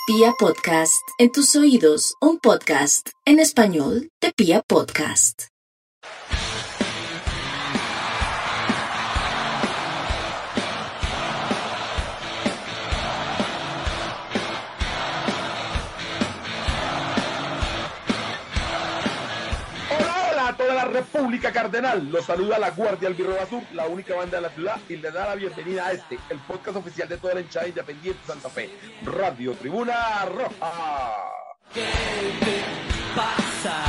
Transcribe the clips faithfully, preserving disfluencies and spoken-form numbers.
Pia Podcast, en tus oídos, un podcast en español de Pia Podcast. Hola a toda la República Cardenal, los saluda la Guardia Albirroja Azul, la única banda de la ciudad, y les da la bienvenida a este, el podcast oficial de toda la hinchada independiente Santa Fe, Radio Tribuna Roja. ¿Qué te pasa?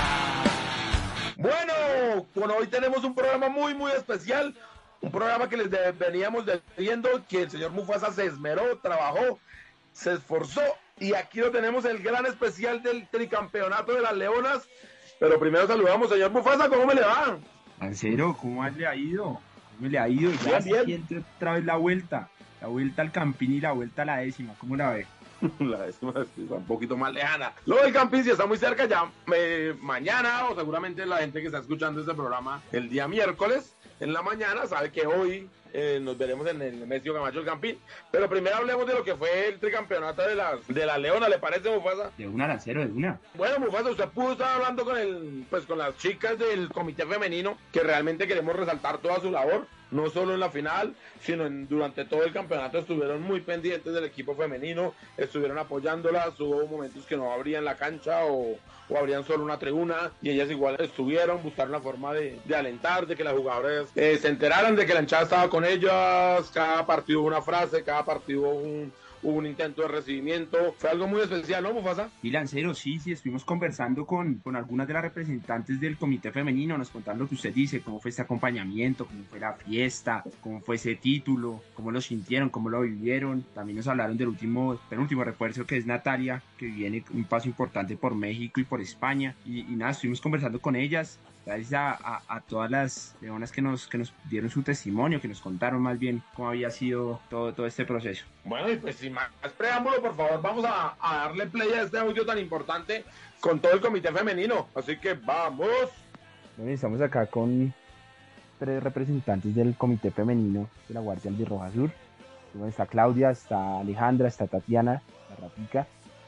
Bueno, bueno, hoy tenemos un programa muy muy especial, un programa que les de, veníamos viendo, que el señor Mufasa se esmeró, trabajó, se esforzó, y aquí lo tenemos, el gran especial del tricampeonato de las Leonas. Pero primero saludamos, señor Mufasa, ¿cómo me le va? Lancero, ¿cómo le ha ido? ¿Cómo me le ha ido? Ya se siente otra vez la vuelta, la vuelta al Campín y la vuelta a la décima, ¿cómo la ve? La décima está un poquito más lejana. Lo del Campín sí está muy cerca ya, eh, mañana, o seguramente la gente que está escuchando este programa el día miércoles, en la mañana, sabe que hoy eh, nos veremos en el Nemesio Camacho del Campín. Pero primero hablemos de lo que fue el tricampeonato de las de la Leona, ¿le parece, Mufasa? De una, Lancero, de una. Bueno, Mufasa, usted pudo estar hablando con el, pues con las chicas del comité femenino, que realmente queremos resaltar toda su labor, no solo en la final, sino en, durante todo el campeonato estuvieron muy pendientes del equipo femenino, estuvieron apoyándolas, hubo momentos que no abrían la cancha o, o abrían solo una tribuna, y ellas igual estuvieron, buscaron la forma de, de alentar, de que las jugadoras eh, se enteraran de que la hinchada estaba con ellas, cada partido hubo una frase, cada partido hubo un... hubo un intento de recibimiento, fue algo muy especial, ¿no, Mufasa? Y Lancero, sí, sí, estuvimos conversando con, con algunas de las representantes del comité femenino, nos contaron lo que usted dice, cómo fue este acompañamiento, cómo fue la fiesta, cómo fue ese título, cómo lo sintieron, cómo lo vivieron. También nos hablaron del último, penúltimo refuerzo, que es Natalia, que viene un paso importante por México y por España, y, y nada, estuvimos conversando con ellas. Gracias a, a, a todas las leonas que nos, que nos dieron su testimonio, que nos contaron más bien cómo había sido todo, todo este proceso. Bueno, y pues sin más preámbulo, por favor, vamos a, a darle play a este audio tan importante con todo el comité femenino. Así que vamos. Bueno, estamos acá con tres representantes del comité femenino de la Guardia Albirroja Sur. Bueno, está Claudia, está Alejandra, está Tatiana, la Rapica.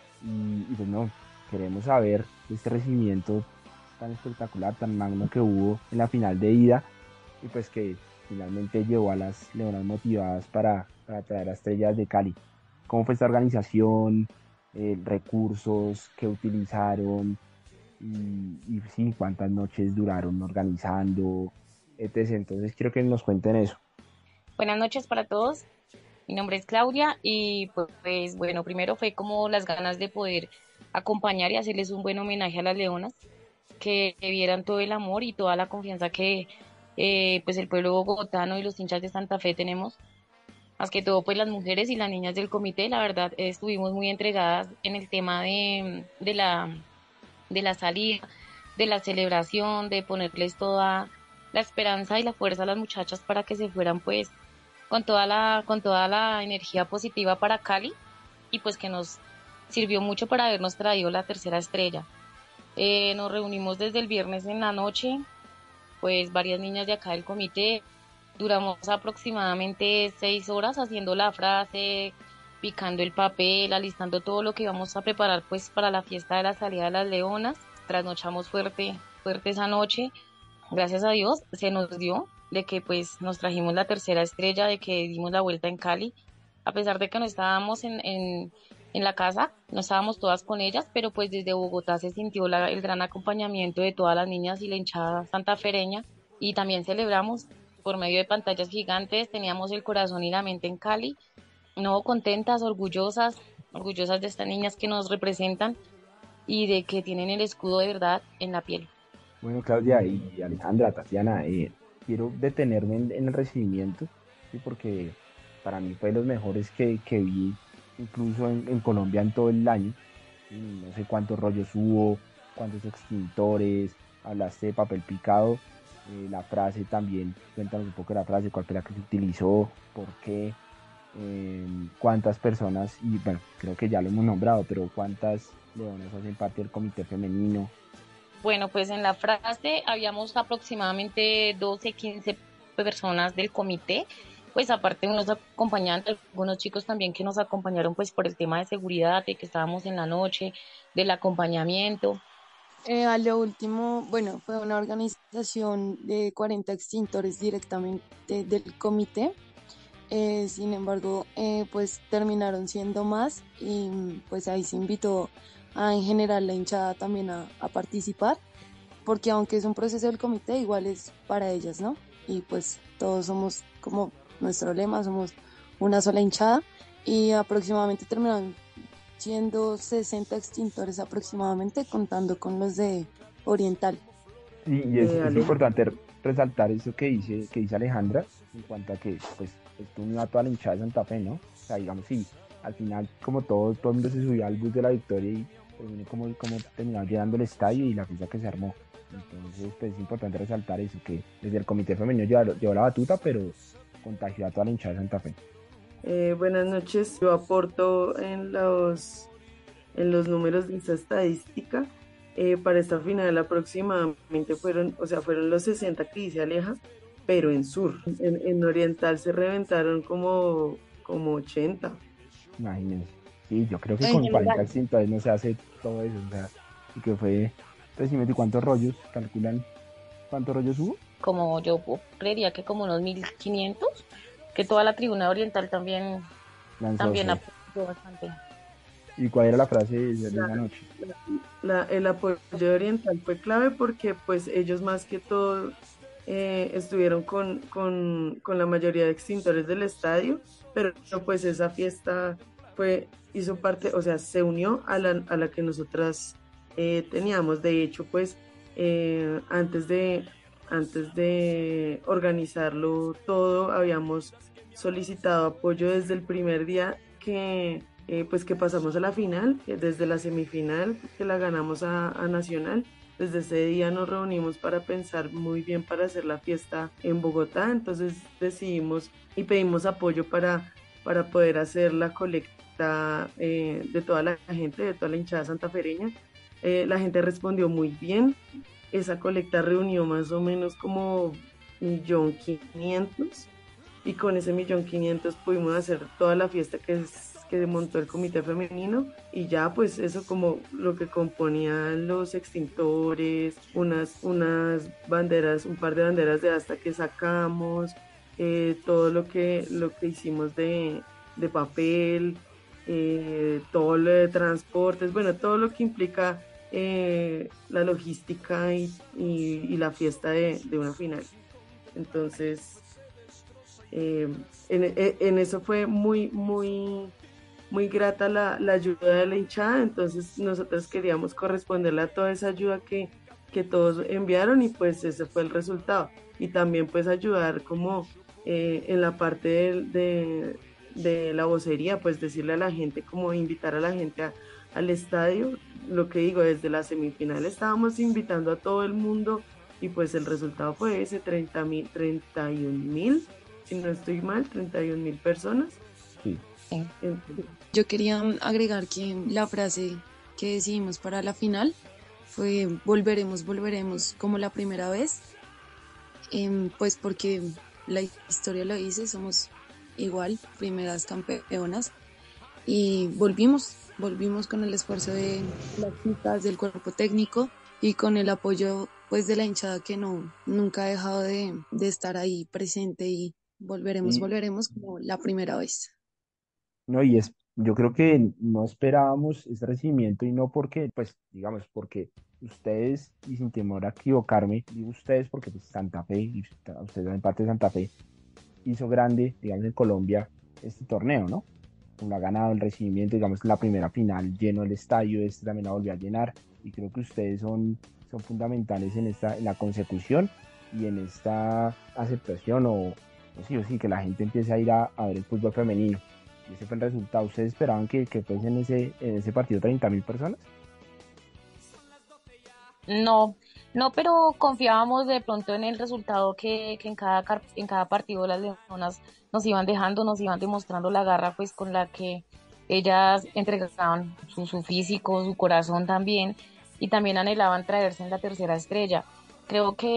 Y, y pues no, queremos saber este recibimiento tan espectacular, tan magno que hubo en la final de ida, y pues que finalmente llevó a las leonas motivadas para, para traer a Estrellas de Cali. ¿Cómo fue esta organización? Eh, recursos que utilizaron y, y sí, cuántas noches duraron organizando, etcétera. Entonces quiero que nos cuenten eso. Buenas noches para todos, mi nombre es Claudia y pues, pues bueno, primero fue como las ganas de poder acompañar y hacerles un buen homenaje a las leonas, que vieran todo el amor y toda la confianza que eh, pues el pueblo bogotano y los hinchas de Santa Fe tenemos, más que todo pues las mujeres y las niñas del comité. La verdad eh, estuvimos muy entregadas en el tema de, de la de la salida, de la celebración, de ponerles toda la esperanza y la fuerza a las muchachas para que se fueran pues con toda la con toda la energía positiva para Cali, y pues que nos sirvió mucho para habernos traído la tercera estrella. Eh, nos reunimos desde el viernes en la noche, pues varias niñas de acá del comité, duramos aproximadamente seis horas haciendo la frase, picando el papel, alistando todo lo que íbamos a preparar pues para la fiesta de la salida de las leonas. Trasnochamos fuerte, fuerte esa noche, gracias a Dios se nos dio, de que pues nos trajimos la tercera estrella, de que dimos la vuelta en Cali, a pesar de que no estábamos en... en en la casa, no estábamos todas con ellas, pero pues desde Bogotá se sintió la, el gran acompañamiento de todas las niñas y la hinchada santafereña, y también celebramos por medio de pantallas gigantes. Teníamos el corazón y la mente en Cali, no, contentas, orgullosas, orgullosas de estas niñas que nos representan y de que tienen el escudo de verdad en la piel. Bueno, Claudia y Alejandra, Tatiana, eh, quiero detenerme en, en el recibimiento, ¿sí? Porque para mí fue de los mejores que, que vi incluso en, en Colombia en todo el año. No sé cuántos rollos hubo, cuántos extintores, hablaste de papel picado, eh, la frase también, cuéntanos un poco de la frase, cuál fue la que se utilizó, por qué, eh, cuántas personas, y bueno, creo que ya lo hemos nombrado, pero cuántas leonas hacen parte del comité femenino. Bueno, pues en la frase habíamos aproximadamente doce, quince personas del comité, pues aparte de unos acompañantes, algunos chicos también que nos acompañaron pues por el tema de seguridad, de que estábamos en la noche, del acompañamiento. Eh, a lo último, bueno, fue una organización de cuarenta extintores directamente del comité. Eh, sin embargo, eh, pues terminaron siendo más y pues ahí se invitó a, en general, la hinchada también a, a participar, porque aunque es un proceso del comité, igual es para ellas, ¿no? Y pues todos somos como nuestro lema, somos una sola hinchada y aproximadamente terminaron siendo sesenta extintores aproximadamente, contando con los de Oriental. Y, y es, Eh, es Aleja. importante resaltar eso que dice, que dice Alejandra, en cuanto a que pues esto unió a toda la hinchada de Santa Fe, ¿no? O sea, digamos, sí, al final como todo, todo el mundo se subió al bus de la victoria y terminó como, como terminaron llenando el estadio y la fiesta que se armó. Entonces, pues es importante resaltar eso, que desde el comité femenino llevó, llevó la batuta, pero contagió a toda la hinchada de Santa Fe. Eh, buenas noches, yo aporto en los, en los números de esta estadística. Eh, para esta final aproximadamente fueron, o sea, fueron los sesenta que dice Aleja, pero en sur. En, en oriental se reventaron como, como ochenta. Imagínense. Sí, yo creo que En con cuarenta general. extintores no se hace todo eso, o sea, y que fue, pues, ¿y cuántos rollos calculan? ¿Cuántos rollos hubo? Como yo creería que como unos mil quinientos, que toda la tribuna oriental también, también Lanzóse. apoyó bastante. ¿Y cuál era la frase de, de esa noche? La, el apoyo de Oriental fue clave porque pues ellos más que todo eh, estuvieron con, con, con la mayoría de extintores del estadio, pero pues esa fiesta fue, hizo parte, o sea, se unió a la, a la que nosotras eh, teníamos. De hecho, pues eh, antes de, antes de organizarlo todo, habíamos solicitado apoyo desde el primer día que eh, pues que pasamos a la final, que desde la semifinal que la ganamos a, a Nacional. Desde ese día nos reunimos para pensar muy bien para hacer la fiesta en Bogotá, entonces decidimos y pedimos apoyo para, para poder hacer la colecta eh, de toda la gente, de toda la hinchada santafereña. Eh, la gente respondió muy bien, esa colecta reunió más o menos como millón quinientos y con ese millón quinientos pudimos hacer toda la fiesta que es que montó el comité femenino y ya pues eso como lo que componían los extintores, unas, unas banderas, un par de banderas de asta que sacamos, eh, todo lo que, lo que hicimos de, de papel, eh, todo lo de transportes, bueno, todo lo que implica eh, la logística y, y, y la fiesta de, de una final. Entonces, eh, en, en, eso fue muy, muy, muy grata la, la ayuda de la hinchada, entonces nosotros queríamos corresponderle a toda esa ayuda que, que todos enviaron y pues ese fue el resultado. Y también pues ayudar como eh, en la parte de, de, de la vocería, pues decirle a la gente, como invitar a la gente a, al estadio, lo que digo, desde la semifinal estábamos invitando a todo el mundo y pues el resultado fue ese, treinta mil, treinta y un mil, si no estoy mal, treinta y un mil personas. Sí. Sí. Yo quería agregar que la frase que decidimos para la final fue volveremos, volveremos como la primera vez, eh, pues porque la historia lo dice, somos igual, primeras campeonas y volvimos, volvimos con el esfuerzo de las chicas, del cuerpo técnico y con el apoyo pues de la hinchada que no, nunca ha dejado de, de estar ahí presente y volveremos, Y, volveremos como la primera vez. no, y es, yo creo que no esperábamos ese recibimiento y no porque, pues, digamos, porque ustedes, y sin temor a equivocarme, digo ustedes porque pues Santa Fe, y ustedes son parte de Santa Fe, hizo grande, digamos, en Colombia este torneo, ¿no? Como ha ganado el recibimiento, digamos, la primera final lleno el estadio, este también la volvió a llenar, y creo que ustedes son, son fundamentales en, esta, en la consecución y en esta aceptación o, o sí o sí, que la gente empiece a ir a, a ver el fútbol femenino. Y ese fue el resultado. ¿Ustedes esperaban que, que fuese en ese, en ese partido treinta mil personas? No, no, pero confiábamos de pronto en el resultado que, que en cada, car- en cada partido las leonas nos iban dejando, nos iban demostrando la garra pues con la que ellas entregaban su, su físico, su corazón también y también anhelaban traerse en la tercera estrella. Creo que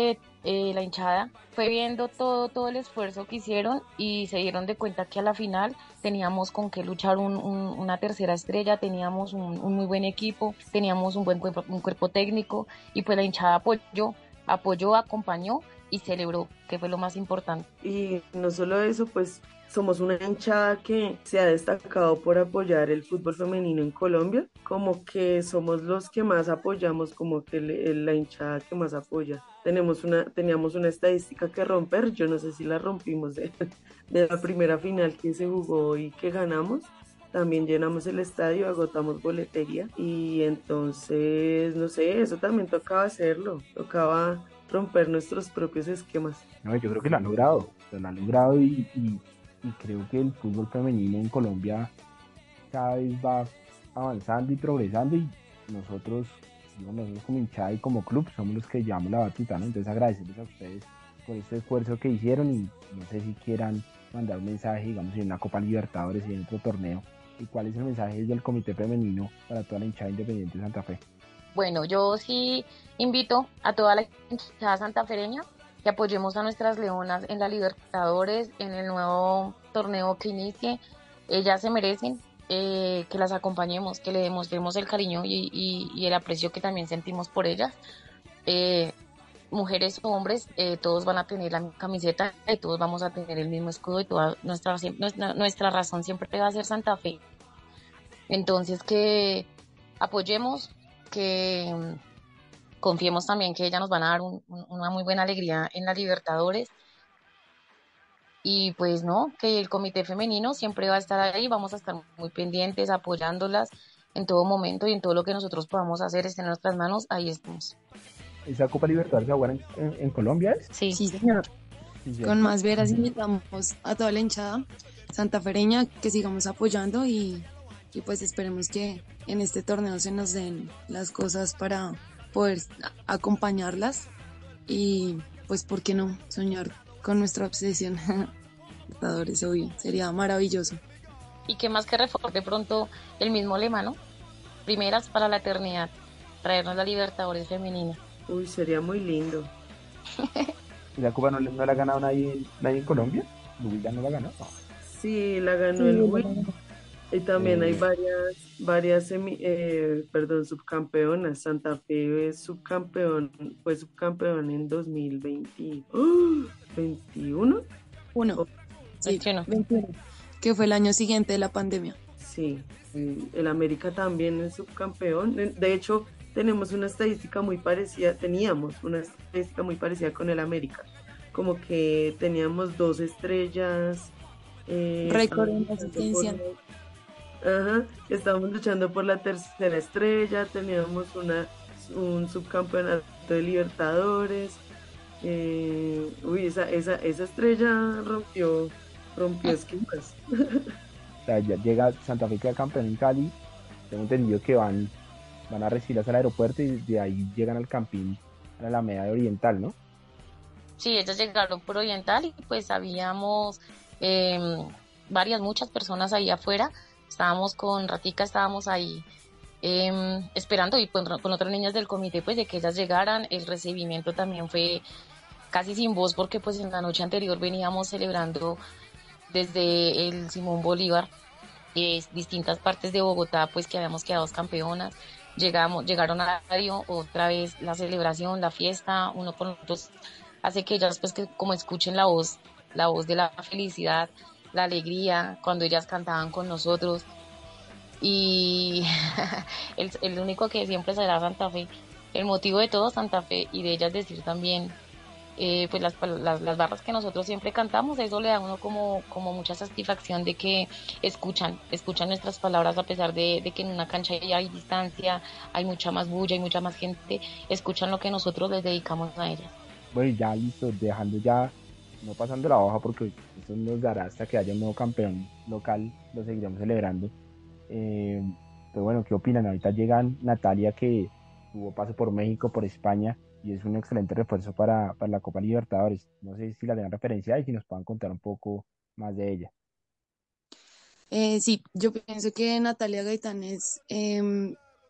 eh, la hinchada fue viendo todo, todo el esfuerzo que hicieron y se dieron de cuenta que a la final teníamos con qué luchar un- un- una tercera estrella, teníamos un, un muy buen equipo, teníamos un buen cuerpo, un cuerpo técnico y pues la hinchada apoyó, apoyó, acompañó y celebró, que fue lo más importante. Y no solo eso, pues somos una hinchada que se ha destacado por apoyar el fútbol femenino en Colombia, como que somos los que más apoyamos, como que le- la hinchada que más apoya. Tenemos una, teníamos una estadística que romper, yo no sé si la rompimos de, de la primera final que se jugó y que ganamos. También llenamos el estadio, agotamos boletería y entonces, no sé, eso también tocaba hacerlo, tocaba romper nuestros propios esquemas. No, yo creo que lo han logrado, lo han logrado y, y, y creo que el fútbol femenino en Colombia cada vez va avanzando y progresando y nosotros, digamos, nosotros como hinchada y como club somos los que llevamos la batuta, ¿no? Entonces agradecerles a ustedes por este esfuerzo que hicieron y no sé si quieran mandar un mensaje, digamos, en una Copa Libertadores y en otro torneo. ¿Y cuál es el mensaje desde el Comité Femenino para toda la hinchada independiente de Santa Fe? Bueno, yo sí invito a toda la hinchada santafereña que apoyemos a nuestras leonas en la Libertadores, en el nuevo torneo que inicie. Ellas se merecen eh, que las acompañemos, que le demostremos el cariño y, y- y el aprecio que también sentimos por ellas. Eh, Mujeres o hombres, eh, todos van a tener la misma camiseta y todos vamos a tener el mismo escudo y toda nuestra, nuestra, nuestra razón siempre va a ser Santa Fe. Entonces, que apoyemos, que mm, confiemos también que ellas nos van a dar un- un- una muy buena alegría en la Libertadores y pues no, que el comité femenino siempre va a estar ahí, vamos a estar muy pendientes, apoyándolas en todo momento y en todo lo que nosotros podamos hacer esté en nuestras manos, ahí estamos. ¿Esa Copa Libertadores se juega en, en- en Colombia? ¿Es? Sí, Sí, señor. Sí, Con ¿cierto? más veras invitamos a toda la hinchada santafereña que sigamos apoyando y, y pues esperemos que en este torneo se nos den las cosas para poder a- acompañarlas y pues, ¿por qué no soñar con nuestra obsesión? Libertadores, obvio, sería maravilloso. y qué más que reforzar de pronto el mismo lema, ¿no? Primeras para la eternidad, traernos la Libertadores femenina. Uy, sería muy lindo. ¿Y la Copa no, le- no la ha ganado nadie, nadie en Colombia? ¿Huila no la ganó? No. Sí, la ganó el Sí, la Wii verdad. y también hay Eh, varias, varias semi- eh, perdón, subcampeonas. Santa Fe es subcampeón, fue subcampeón en dos mil veinte, ¡oh! ¿veintiuno? Uno, Oh, sí, veintiuno. veintiuno, que fue el año siguiente de la pandemia. sí, y el América también es subcampeón. De de hecho, tenemos una estadística muy parecida, teníamos una estadística muy parecida con el América. Como que teníamos dos estrellas, eh, Récord estábamos en luchando por asistencia. la, ajá, estábamos luchando por la tercera estrella, teníamos una, un subcampeonato de Libertadores. eh, uy, esa, esa, esa estrella rompió, rompió esquemas. o sea, ya llega Santa Fe queda campeón en Cali. Tengo entendido que van, van a recibirlas al aeropuerto y de ahí llegan al Campín, a la Alameda de Oriental, ¿no? Sí, ellas llegaron por Oriental y pues habíamos em, varias, muchas personas ahí afuera. Estábamos con Ratica, estábamos ahí em, esperando y con, con otras niñas del comité pues de que ellas llegaran. El recibimiento también fue casi sin voz porque pues en la noche anterior veníamos celebrando desde el Simón Bolívar eh, distintas partes de Bogotá pues que habíamos quedado campeonas. Llegamos, llegaron a la radio, otra vez la celebración, la fiesta, uno con otros hace que ellas pues que como escuchen la voz, la voz de la felicidad, la alegría, cuando ellas cantaban con nosotros y el, el único que siempre será Santa Fe, el motivo de todo Santa Fe y de ellas decir también eh, pues las, las, las barras que nosotros siempre cantamos, eso le da a uno como, como mucha satisfacción de que escuchan, escuchan nuestras palabras a pesar de, de que en una cancha ya hay distancia, hay mucha más bulla, hay mucha más gente, escuchan lo que nosotros les dedicamos a ellas. Bueno, y ya listo, dejando ya, no pasando la hoja porque eso nos dará hasta que haya un nuevo campeón local, lo seguiremos celebrando. Eh, pero bueno, ¿qué opinan? Ahorita llegan Natalia que tuvo paso por México, por España y es un excelente refuerzo para, para la Copa Libertadores. No sé si la tengan referencia y si nos puedan contar un poco más de ella. Eh, sí, yo pienso que Natalia Gaitán es em,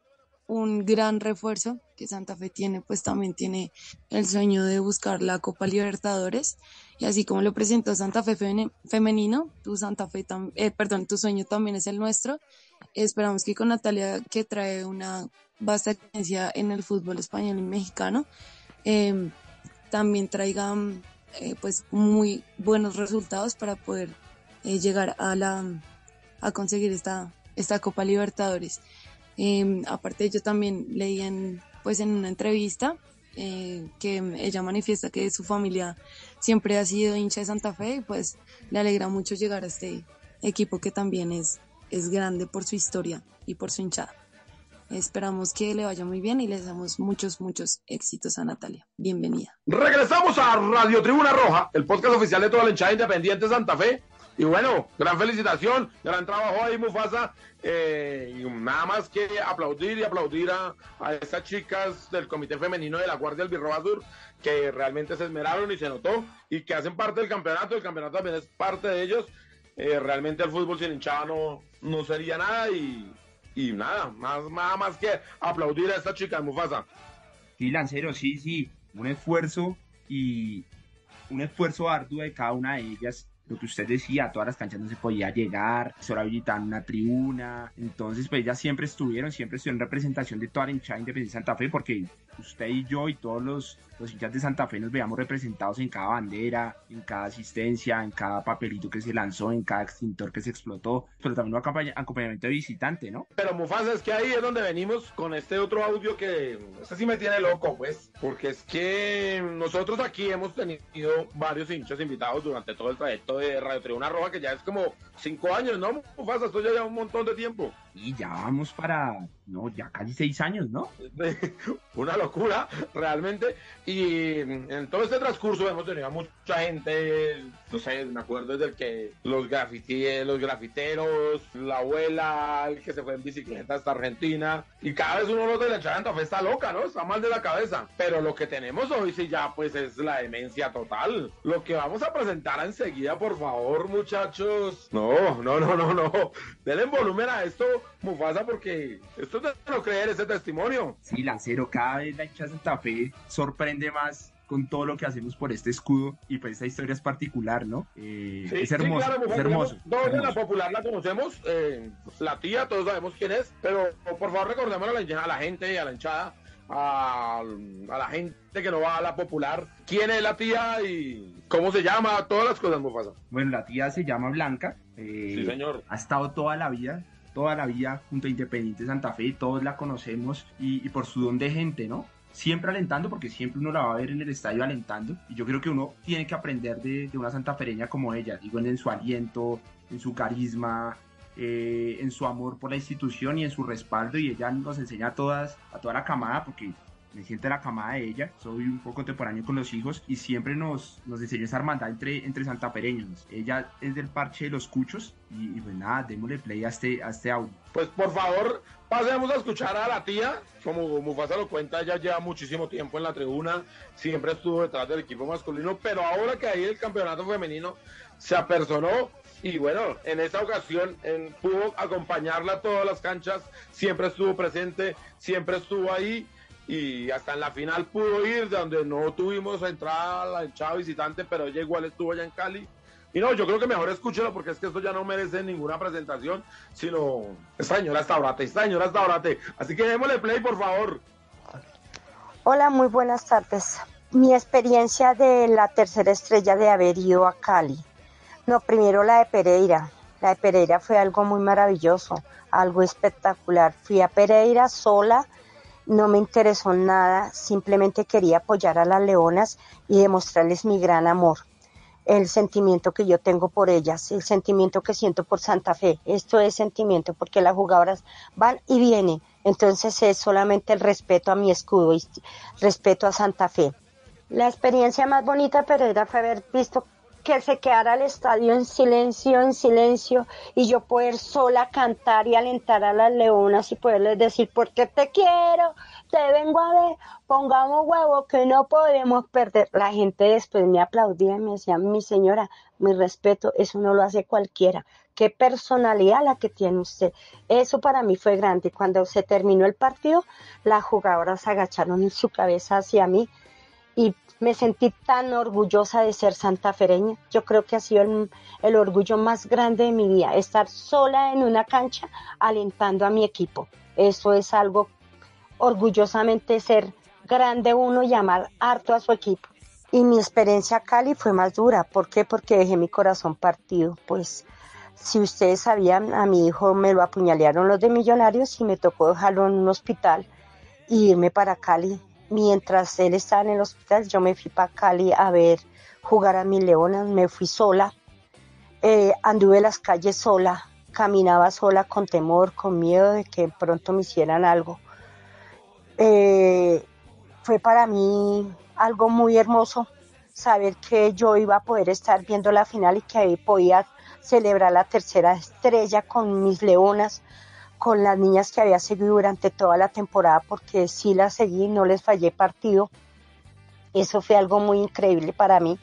un gran refuerzo que Santa Fe tiene, pues también tiene el sueño de buscar la Copa Libertadores, y así como lo presentó Santa Fe femenino, tu Santa Fe tam- eh, perdón, tu sueño también es el nuestro. Esperamos que con Natalia, que trae una vasta experiencia en el fútbol español y mexicano, eh, también traiga eh, pues muy buenos resultados para poder eh, llegar a la a conseguir esta esta Copa Libertadores. Eh, aparte, yo también leí en, pues en una entrevista eh, que ella manifiesta que su familia siempre ha sido hincha de Santa Fe, y pues le alegra mucho llegar a este equipo que también es, es grande por su historia y por su hinchada. Esperamos que le vaya muy bien y le deseamos muchos, muchos éxitos a Natalia. Bienvenida. Regresamos a Radio Tribuna Roja, el podcast oficial de toda la hinchada independiente de Santa Fe. Y bueno, gran felicitación, gran trabajo ahí, Mufasa. Eh, y nada más que aplaudir y aplaudir a, a estas chicas del Comité Femenino de la Guardia Albirroja Sur, que realmente se esmeraron y se notó, y que hacen parte del campeonato. El campeonato también es parte de ellos. Eh, realmente el fútbol sin hinchada no, no sería nada, y, y nada, más, nada más que aplaudir a estas chicas, Mufasa. Sí, Lancero, sí, sí, un esfuerzo y un esfuerzo arduo de cada una de ellas. Lo que usted decía, a todas las canchas no se podía llegar, solo habilitaban una tribuna. Entonces, pues ellas siempre estuvieron, siempre estuvieron en representación de toda la hinchada independiente de Santa Fe, porque usted y yo y todos los, los hinchas de Santa Fe nos veíamos representados en cada bandera, en cada asistencia, en cada papelito que se lanzó, en cada extintor que se explotó, pero también un acompañ- acompañamiento de visitante, ¿no? Pero Mufasa, es que ahí es donde venimos con este otro audio que ese sí me tiene loco, pues, porque es que nosotros aquí hemos tenido varios hinchas invitados durante todo el trayecto de Radio Tribuna Roja, que ya es como cinco años, ¿no, Mufasa? Esto ya lleva un montón de tiempo. Y ya vamos para, no, ya casi seis años, ¿no? Una locura, realmente. Y en todo este transcurso hemos tenido a mucha gente, no sé, me acuerdo desde el que los grafiti, los grafiteros, la abuela, el que se fue en bicicleta hasta Argentina, y cada vez uno de la hinchada de Santa Fe está loca, ¿no? Está mal de la cabeza. Pero lo que tenemos hoy sí ya pues es la demencia total. Lo que vamos a presentar enseguida, por favor, muchachos. No, no, no, no, no. Denle volumen a esto, Mufasa, porque esto es de no creer, ese testimonio. Sí, Lancero, cada vez la hinchada de Santa Fe sorprende más con todo lo que hacemos por este escudo, y pues esta historia es particular, ¿no? Eh, Sí, es hermoso, sí, claro, es Mufasa, hermoso. todos hermoso. de la popular la conocemos, eh, la tía, todos sabemos quién es, pero por favor recordemos a la, hinchada, a la gente, a la hinchada, a, a la gente que no va a la popular, quién es la tía y cómo se llama, todas las cosas, Mufasa. Bueno, la tía se llama Blanca, eh, Sí, señor. ha estado toda la vida, toda la vida junto a Independiente Santa Fe, todos la conocemos, y, y por su don de gente, ¿no? Siempre alentando, porque siempre uno la va a ver en el estadio alentando, y yo creo que uno tiene que aprender de, de una santafereña como ella, digo, en, en su aliento, en su carisma, eh, en su amor por la institución y en su respaldo, y ella nos enseña a todas, a toda la camada, porque me siento la camada de ella, soy un poco contemporáneo con los hijos, y siempre nos, nos enseñó esa hermandad entre, entre santafereños. Ella es del parche de los Cuchos, y, y pues nada, démosle play a este, a este audio. Pues por favor, pasemos a escuchar a la tía. Como Mufasa lo cuenta, ella lleva muchísimo tiempo en la tribuna, siempre estuvo detrás del equipo masculino, pero ahora que ahí el campeonato femenino se apersonó, y bueno, en esta ocasión en, pudo acompañarla a todas las canchas, siempre estuvo presente, siempre estuvo ahí, y hasta en la final pudo ir, donde no tuvimos entrada a la hinchada visitante, pero ella igual estuvo allá en Cali. Y no, yo creo que mejor escúchelo, porque es que esto ya no merece ninguna presentación, sino esta señora está orate, esta señora está orate. Así que démosle play, por favor. Hola, muy buenas tardes. Mi experiencia de la tercera estrella de haber ido a Cali. No, primero la de Pereira. La de Pereira fue algo muy maravilloso, algo espectacular. Fui a Pereira sola, no me interesó nada, simplemente quería apoyar a las leonas y demostrarles mi gran amor. El sentimiento que yo tengo por ellas, el sentimiento que siento por Santa Fe. Esto es sentimiento porque las jugadoras van y vienen. Entonces es solamente el respeto a mi escudo y respeto a Santa Fe. La experiencia más bonita de Pereira fue haber visto que se quedara el estadio en silencio, en silencio, y yo poder sola cantar y alentar a las leonas y poderles decir, porque te quiero, te vengo a ver, pongamos huevo que no podemos perder. La gente después me aplaudía y me decía, mi señora, mi respeto, eso no lo hace cualquiera. Qué personalidad la que tiene usted. Eso para mí fue grande. Cuando se terminó el partido, las jugadoras agacharon su cabeza hacia mí y me sentí tan orgullosa de ser santafereña. Yo creo que ha sido el, el orgullo más grande de mi vida, estar sola en una cancha alentando a mi equipo. Eso es algo, orgullosamente ser grande uno y amar harto a su equipo. Y mi experiencia a Cali fue más dura. ¿Por qué? Porque dejé mi corazón partido. Pues si ustedes sabían, a mi hijo me lo apuñalearon los de Millonarios y me tocó dejarlo en un hospital e irme para Cali. Mientras él estaba en el hospital, yo me fui para Cali a ver jugar a mis leonas. Me fui sola, eh, anduve las calles sola, caminaba sola con temor, con miedo de que pronto me hicieran algo. Eh, fue para mí algo muy hermoso saber que yo iba a poder estar viendo la final y que ahí podía celebrar la tercera estrella con mis leonas, con las niñas que había seguido durante toda la temporada, porque sí las seguí, no les fallé partido. Eso fue algo muy increíble para mí.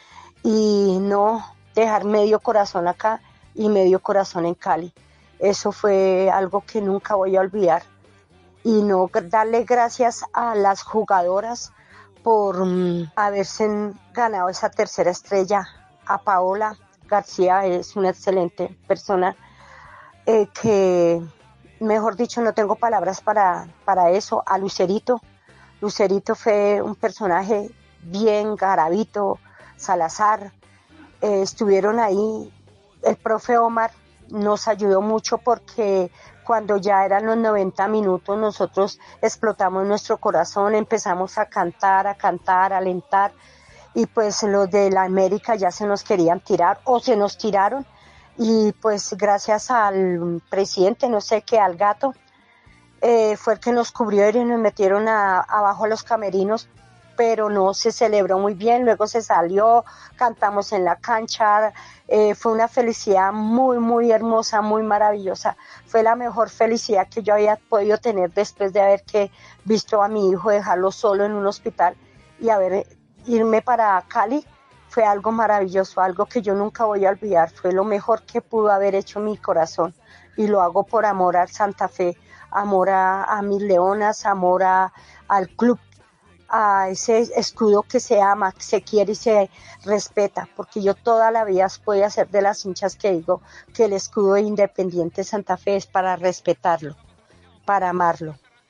Y no dejar medio corazón acá y medio corazón en Cali. Eso fue algo que nunca voy a olvidar. Y no darle gracias a las jugadoras por um, haberse ganado esa tercera estrella. A Paola García, es una excelente persona eh, que... Mejor dicho, no tengo palabras para, para eso. A Lucerito. Lucerito fue un personaje bien, Garavito, Salazar. Eh, estuvieron ahí. El profe Omar nos ayudó mucho porque cuando ya eran los noventa minutos nosotros explotamos nuestro corazón, empezamos a cantar, a cantar, a alentar. Y pues los de la América ya se nos querían tirar o se nos tiraron. Y pues gracias al presidente, no sé qué, al gato, eh, fue el que nos cubrió y nos metieron a, abajo a los camerinos, pero no se celebró muy bien. Luego se salió, cantamos en la cancha, eh, fue una felicidad muy, muy hermosa, muy maravillosa. Fue la mejor felicidad que yo había podido tener después de haber que visto a mi hijo dejarlo solo en un hospital y haber irme para Cali. Fue algo maravilloso, algo que yo nunca voy a olvidar. Fue lo mejor que pudo haber hecho mi corazón. Y lo hago por amor al Santa Fe, amor a, a mis leonas, amor a, al club, a ese escudo que se ama, que se quiere y se respeta. Porque yo toda la vida voy a ser de las hinchas que digo que el escudo de Independiente Santa Fe es para respetarlo, para amarlo.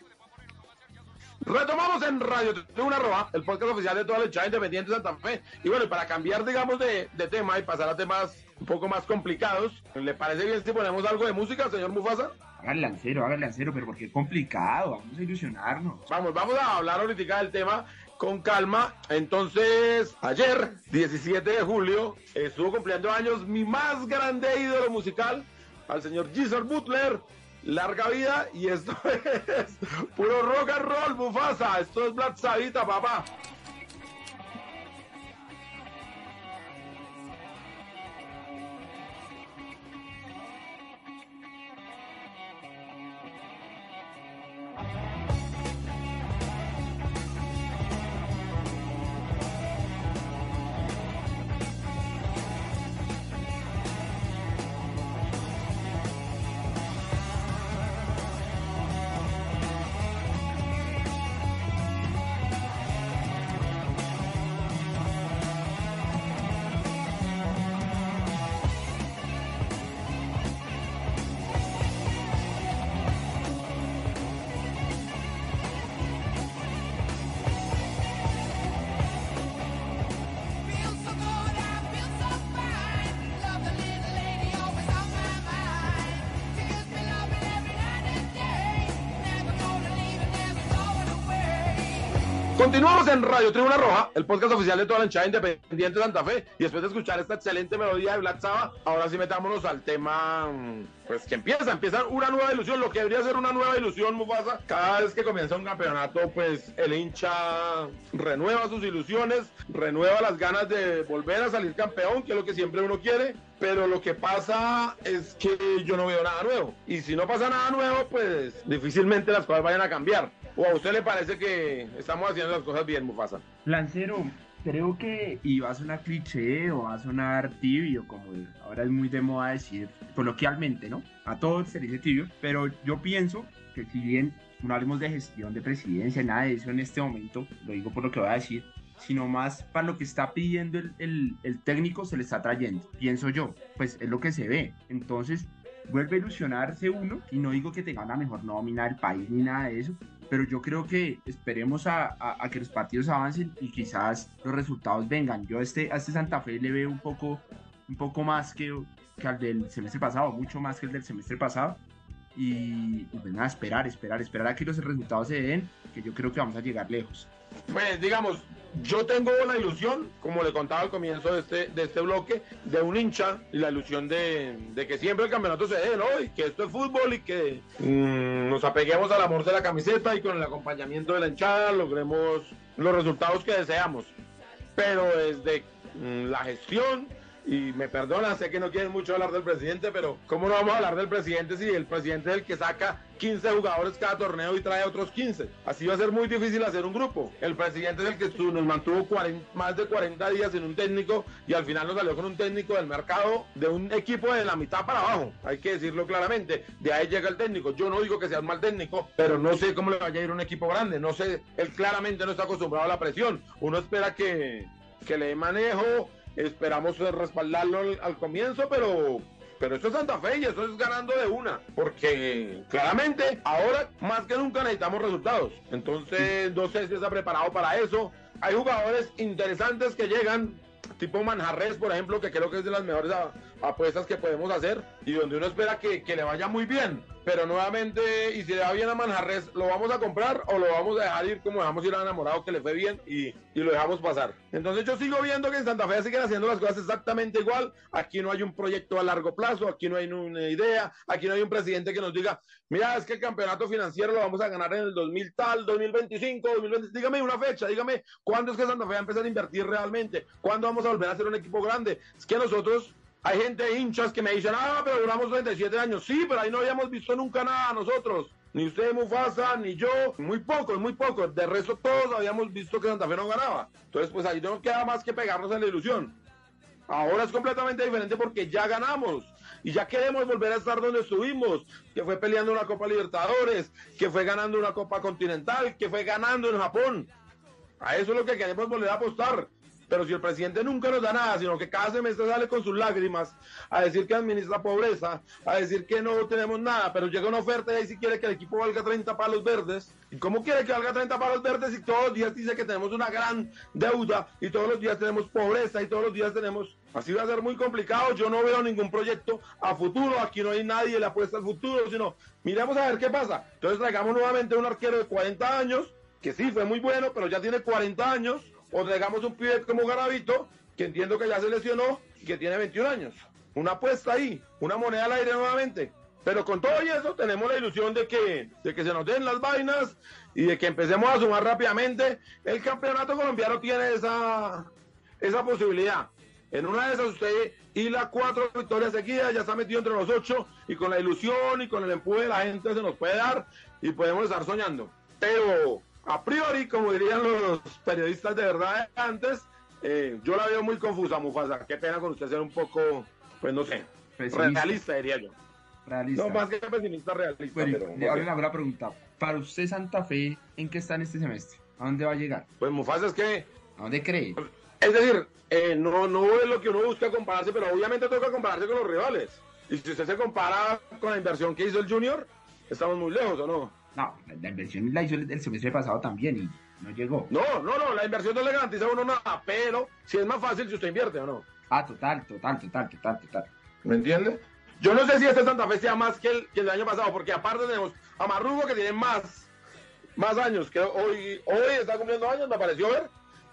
Retomamos en Radio Tribuna Roja, el podcast oficial de toda la hinchada Independiente Santa Fe. Y bueno, para cambiar, digamos, de, de tema y pasar a temas un poco más complicados, ¿le parece bien si ponemos algo de música, señor Mufasa? Háganle en cero, háganle en cero, pero porque es complicado, vamos a ilusionarnos. Vamos, vamos a hablar ahorita del tema con calma. Entonces, ayer, diecisiete de julio, estuvo cumpliendo años mi más grande ídolo musical, al señor Geezer Butler. Larga vida, y esto es puro rock and roll, Mufasa. Esto es Black Sabbath, papá. Continuamos en Radio Tribuna Roja, el podcast oficial de toda la hinchada Independiente Santa Fe. Y después de escuchar esta excelente melodía de Black Sabbath, ahora sí metámonos al tema pues que empieza, empieza una nueva ilusión, lo que debería ser una nueva ilusión, Mufasa. Cada vez que comienza un campeonato, pues el hincha renueva sus ilusiones, renueva las ganas de volver a salir campeón, que es lo que siempre uno quiere, pero lo que pasa es que yo no veo nada nuevo, y si no pasa nada nuevo, pues difícilmente las cosas vayan a cambiar. ¿O a usted le parece que estamos haciendo las cosas bien, Mufasa? Lancero, creo que, y va a sonar cliché o va a sonar tibio, como ahora es muy de moda decir coloquialmente, ¿no? A todos se dice tibio, pero yo pienso que si bien no hablemos de gestión de presidencia, nada de eso en este momento, lo digo por lo que voy a decir, sino más para lo que está pidiendo el, el, el técnico se le está trayendo, pienso yo, pues es lo que se ve. Entonces vuelve a ilusionarse uno, y no digo que tenga la mejor nómina del país ni nada de eso, pero yo creo que esperemos a, a, a que los partidos avancen y quizás los resultados vengan. Yo a este, a este Santa Fe le veo un poco, un poco más que, que al del semestre pasado, mucho más que el del semestre pasado, y, y pues nada, esperar, esperar, esperar a que los resultados se den, que yo creo que vamos a llegar lejos. Pues digamos, yo tengo la ilusión, como le contaba al comienzo de este, de este bloque, de un hincha, y la ilusión de, de que siempre el campeonato se dé, ¿no? Y que esto es fútbol y que mmm, nos apeguemos al amor de la camiseta y con el acompañamiento de la hinchada logremos los resultados que deseamos. Pero desde mmm, la gestión, y me perdona, sé que no quieren mucho hablar del presidente, pero ¿cómo no vamos a hablar del presidente si el presidente es el que saca quince jugadores cada torneo y trae otros quince? Así va a ser muy difícil hacer un grupo. El presidente es el que estuvo, nos mantuvo cuarenta, más de cuarenta días sin un técnico, y al final nos salió con un técnico del mercado de un equipo de la mitad para abajo, hay que decirlo claramente. De ahí llega el técnico. Yo no digo que sea un mal técnico, pero no sé cómo le vaya a ir a un equipo grande, no sé, él claramente no está acostumbrado a la presión. Uno espera que, que le dé manejo. Esperamos respaldarlo al, al comienzo, pero, pero esto es Santa Fe y eso es ganando de una, porque claramente ahora más que nunca necesitamos resultados. Entonces no sé si está preparado para eso. Hay jugadores interesantes que llegan, tipo Manjarres, por ejemplo, que creo que es de las mejores a, apuestas que podemos hacer, y donde uno espera que, que le vaya muy bien. Pero nuevamente, y si le va bien a Manjarres, ¿lo vamos a comprar o lo vamos a dejar ir como dejamos ir a Enamorado, que le fue bien y, y lo dejamos pasar? Entonces yo sigo viendo que en Santa Fe siguen haciendo las cosas exactamente igual. Aquí no hay un proyecto a largo plazo, aquí no hay una idea, aquí no hay un presidente que nos diga, mira, es que el campeonato financiero lo vamos a ganar en el dos mil tal, dos mil veinticinco, dos mil veinte. Dígame una fecha, dígame cuándo es que Santa Fe va a empezar a invertir realmente, cuándo vamos a volver a ser un equipo grande. Es que nosotros... Hay gente, hinchas, que me dicen, ah, pero duramos treinta y siete años. Sí, pero ahí no habíamos visto nunca nada nosotros. Ni usted, Mufasa, ni yo. Muy pocos, muy pocos. De resto, todos habíamos visto que Santa Fe no ganaba. Entonces, pues ahí no queda más que pegarnos en la ilusión. Ahora es completamente diferente porque ya ganamos. Y ya queremos volver a estar donde estuvimos. Que fue peleando una Copa Libertadores. Que fue ganando una Copa Continental. Que fue ganando en Japón. A eso es lo que queremos volver a apostar. Pero si el presidente nunca nos da nada, sino que cada semestre sale con sus lágrimas a decir que administra pobreza, a decir que no tenemos nada, pero llega una oferta y ahí sí quiere que el equipo valga treinta palos verdes. ¿Y cómo quiere que valga treinta palos verdes si todos los días dice que tenemos una gran deuda y todos los días tenemos pobreza y todos los días tenemos... Así va a ser muy complicado. Yo no veo ningún proyecto a futuro. Aquí no hay nadie le apuesta al futuro, sino miremos a ver qué pasa. Entonces traigamos nuevamente un arquero de cuarenta años, que sí fue muy bueno, pero ya tiene cuarenta años. O traigamos un pibe como Garavito, que entiendo que ya se lesionó y que tiene veintiún años. Una apuesta ahí, una moneda al aire nuevamente. Pero con todo y eso tenemos la ilusión de que, de que se nos den las vainas y de que empecemos a sumar rápidamente. El campeonato colombiano tiene esa, esa posibilidad. En una de esas usted hila cuatro victorias seguidas, ya está metido entre los ocho, y con la ilusión y con el empuje de la gente se nos puede dar y podemos estar soñando. Pero... a priori, como dirían los periodistas de verdad de antes, eh, yo la veo muy confusa, Mufasa. Qué pena con usted ser un poco, pues no sé, pesimista. Realista, diría yo. Realista. No, más que pesimista, realista. Bueno, pero, le hago una buena pregunta. Para usted, Santa Fe, ¿en qué está en este semestre? ¿A dónde va a llegar? Pues Mufasa, es que... ¿A dónde cree? Es decir, eh, no, no es lo que uno busca compararse, pero obviamente toca compararse con los rivales. Y si usted se compara con la inversión que hizo el Junior, estamos muy lejos, ¿o no? No, la inversión la hizo el, el semestre pasado también y no llegó. No, no, no, la inversión no le garantiza a uno nada, pero si es más fácil si usted invierte o no. Ah, total, total, total, total, total. ¿Me entiende? Yo no sé si este Santa Fe sea más que el, que el año pasado, porque aparte tenemos a Marrugo, que tiene más, más años, que hoy, hoy está cumpliendo años, me pareció ver.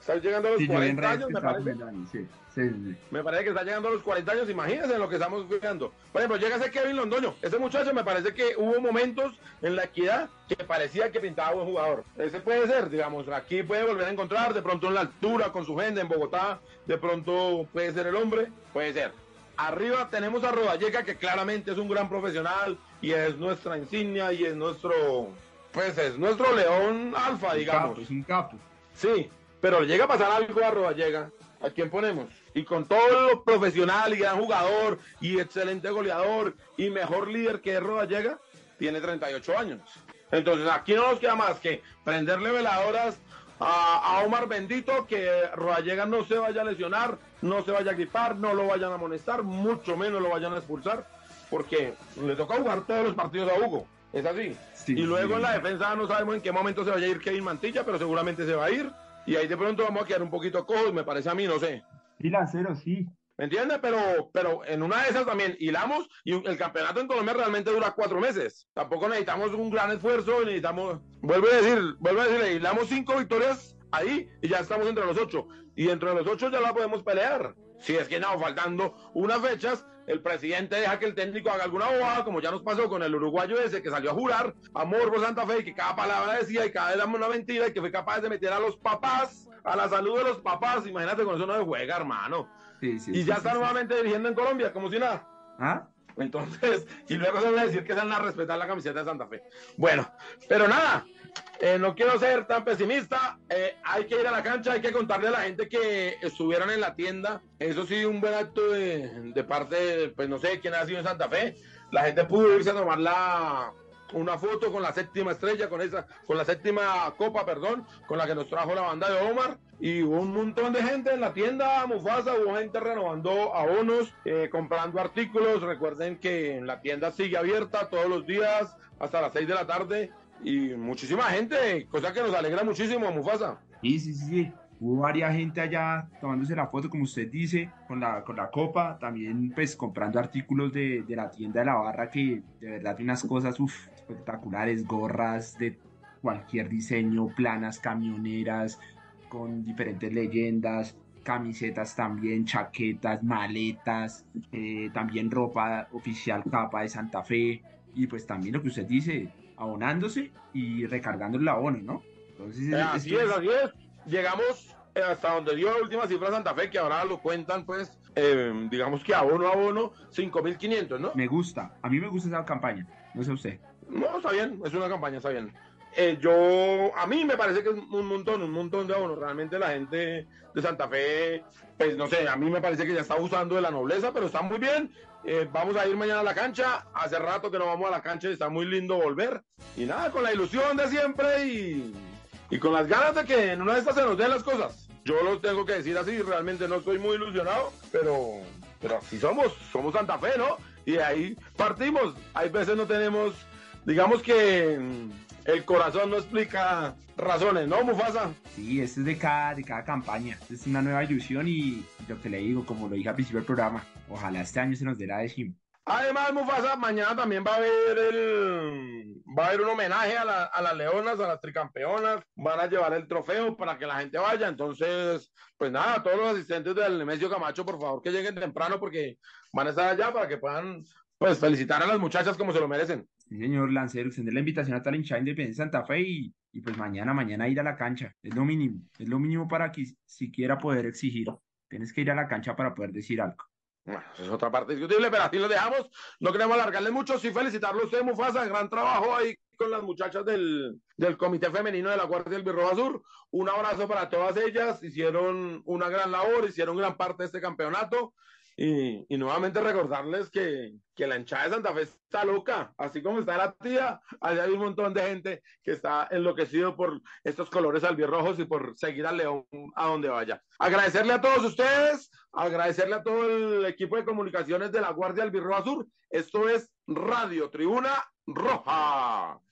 Está llegando a los Sí, yo vi en cuarenta redes años, que me estaba parece. poniendo Dani, sí, sí, sí. Me parece que está llegando a los cuarenta años, imagínense lo que estamos viendo. Por ejemplo, llega ese Kevin Londoño. Ese muchacho me parece que hubo momentos en la equidad que parecía que pintaba buen jugador. Ese puede ser, digamos, aquí puede volver a encontrar, de pronto en la altura, con su gente en Bogotá, de pronto puede ser el hombre, puede ser. Arriba tenemos a Rodallega, que claramente es un gran profesional y es nuestra insignia y es nuestro, pues es nuestro león alfa, digamos. Capo, es un capo. Sí, pero llega a pasar algo a Rodallega. ¿A quién ponemos? Y con todo lo profesional y gran jugador y excelente goleador y mejor líder que es Rodallega, tiene treinta y ocho años. Entonces aquí no nos queda más que prenderle veladoras a, a Omar Bendito, que Rodallega no se vaya a lesionar, no se vaya a gripar, no lo vayan a amonestar, mucho menos lo vayan a expulsar, porque le toca jugar todos los partidos a Hugo. Es así. Sí, y luego sí. en la defensa no sabemos en qué momento se vaya a ir Kevin Mantilla, pero seguramente se va a ir. Y ahí de pronto vamos a quedar un poquito cojos, me parece a mí, no sé. Sí, Lancero, sí. ¿Me entiendes? Pero, pero en una de esas también hilamos y el campeonato en Colombia realmente dura cuatro meses. Tampoco necesitamos un gran esfuerzo, necesitamos, vuelvo a decir, vuelvo a decirle, hilamos cinco victorias ahí y ya estamos entre los ocho. Y entre los ocho ya la podemos pelear. Si es que no, faltando unas fechas, el presidente deja que el técnico haga alguna bobada, como ya nos pasó con el uruguayo ese que salió a jurar a Morbo Santa Fe y que cada palabra decía y cada vez daba una mentira y que fue capaz de meter a los papás, a la salud de los papás. Imagínate, con eso no se juega, hermano. Sí, sí, y sí, ya sí, está sí. nuevamente dirigiendo en Colombia, como si nada. ¿Ah? Entonces, y luego se va a decir que se van a respetar la camiseta de Santa Fe. Bueno, pero nada, eh, no quiero ser tan pesimista. Eh, hay que ir a la cancha, hay que contarle a la gente que estuvieron en la tienda. Eso sí, un buen acto de, de parte, de, pues no sé quién ha sido en Santa Fe. La gente pudo irse a tomar la, una foto con la séptima estrella, con esa, con la séptima copa, perdón, con la que nos trajo la banda de Omar. Y hubo un montón de gente en la tienda Mufasa, hubo gente renovando abonos, eh, comprando artículos. Recuerden que la tienda sigue abierta todos los días hasta las seis de la tarde y muchísima gente, cosa que nos alegra muchísimo, Mufasa. Sí, sí, sí, sí. Hubo varias gente allá tomándose la foto, como usted dice, con la, con la copa, también pues comprando artículos de, de la tienda de la barra, que de verdad tiene unas cosas uf, espectaculares, gorras de cualquier diseño, planas, camioneras, con diferentes leyendas, camisetas también, chaquetas, maletas, eh, también ropa oficial, capa de Santa Fe, y pues también lo que usted dice, abonándose y recargando el abono, ¿no? Entonces, Eh, así es, así es. Llegamos eh, hasta donde dio la última cifra Santa Fe, que ahora lo cuentan, pues, eh, digamos que abono a abono, cinco mil quinientos, ¿no? Me gusta, a mí me gusta esa campaña, no sé usted. No, está bien, es una campaña, está bien. Eh, yo, a mí me parece que es un montón, un montón de abonos. Realmente la gente de Santa Fe, pues no sé, a mí me parece que ya está abusando de la nobleza, pero está muy bien. Eh, vamos a ir mañana a la cancha. Hace rato que no vamos a la cancha y está muy lindo volver. Y nada, con la ilusión de siempre y, y con las ganas de que en una de estas se nos den las cosas. Yo lo tengo que decir así, realmente no estoy muy ilusionado, pero, pero así somos, somos Santa Fe, ¿no? Y de ahí partimos. Hay veces no tenemos, digamos que el corazón no explica razones, ¿no, Mufasa? Sí, esto es de cada, de cada campaña. Esto es una nueva ilusión y lo que le digo, como lo dije al principio del programa, ojalá este año se nos dé la décima. Además, Mufasa, mañana también va a haber el va a haber un homenaje a, la, a las leonas, a las tricampeonas. Van a llevar el trofeo para que la gente vaya. Entonces, pues nada, todos los asistentes del Nemesio Camacho, por favor, que lleguen temprano porque van a estar allá para que puedan, pues, felicitar a las muchachas como se lo merecen. Sí, señor Lancero, extender la invitación a toda la hinchada Independiente Santa Fe y, y pues mañana, mañana ir a la cancha. Es lo mínimo, es lo mínimo para que siquiera poder exigir. Tienes que ir a la cancha para poder decir algo. Bueno, eso es otra parte discutible, pero así lo dejamos. No queremos alargarle mucho. Sí, felicitarlo a usted, Mufasa. Gran trabajo ahí con las muchachas del, del Comité Femenino de la Guardia del Birroba Sur. Un abrazo para todas ellas. Hicieron una gran labor, hicieron gran parte de este campeonato. Y, y nuevamente recordarles que, que la hinchada de Santa Fe está loca, así como está la tía, allá hay un montón de gente que está enloquecido por estos colores albirrojos y por seguir al León a donde vaya. Agradecerle a todos ustedes, agradecerle a todo el equipo de comunicaciones de la Guardia Albirroja Sur. Esto es Radio Tribuna Roja.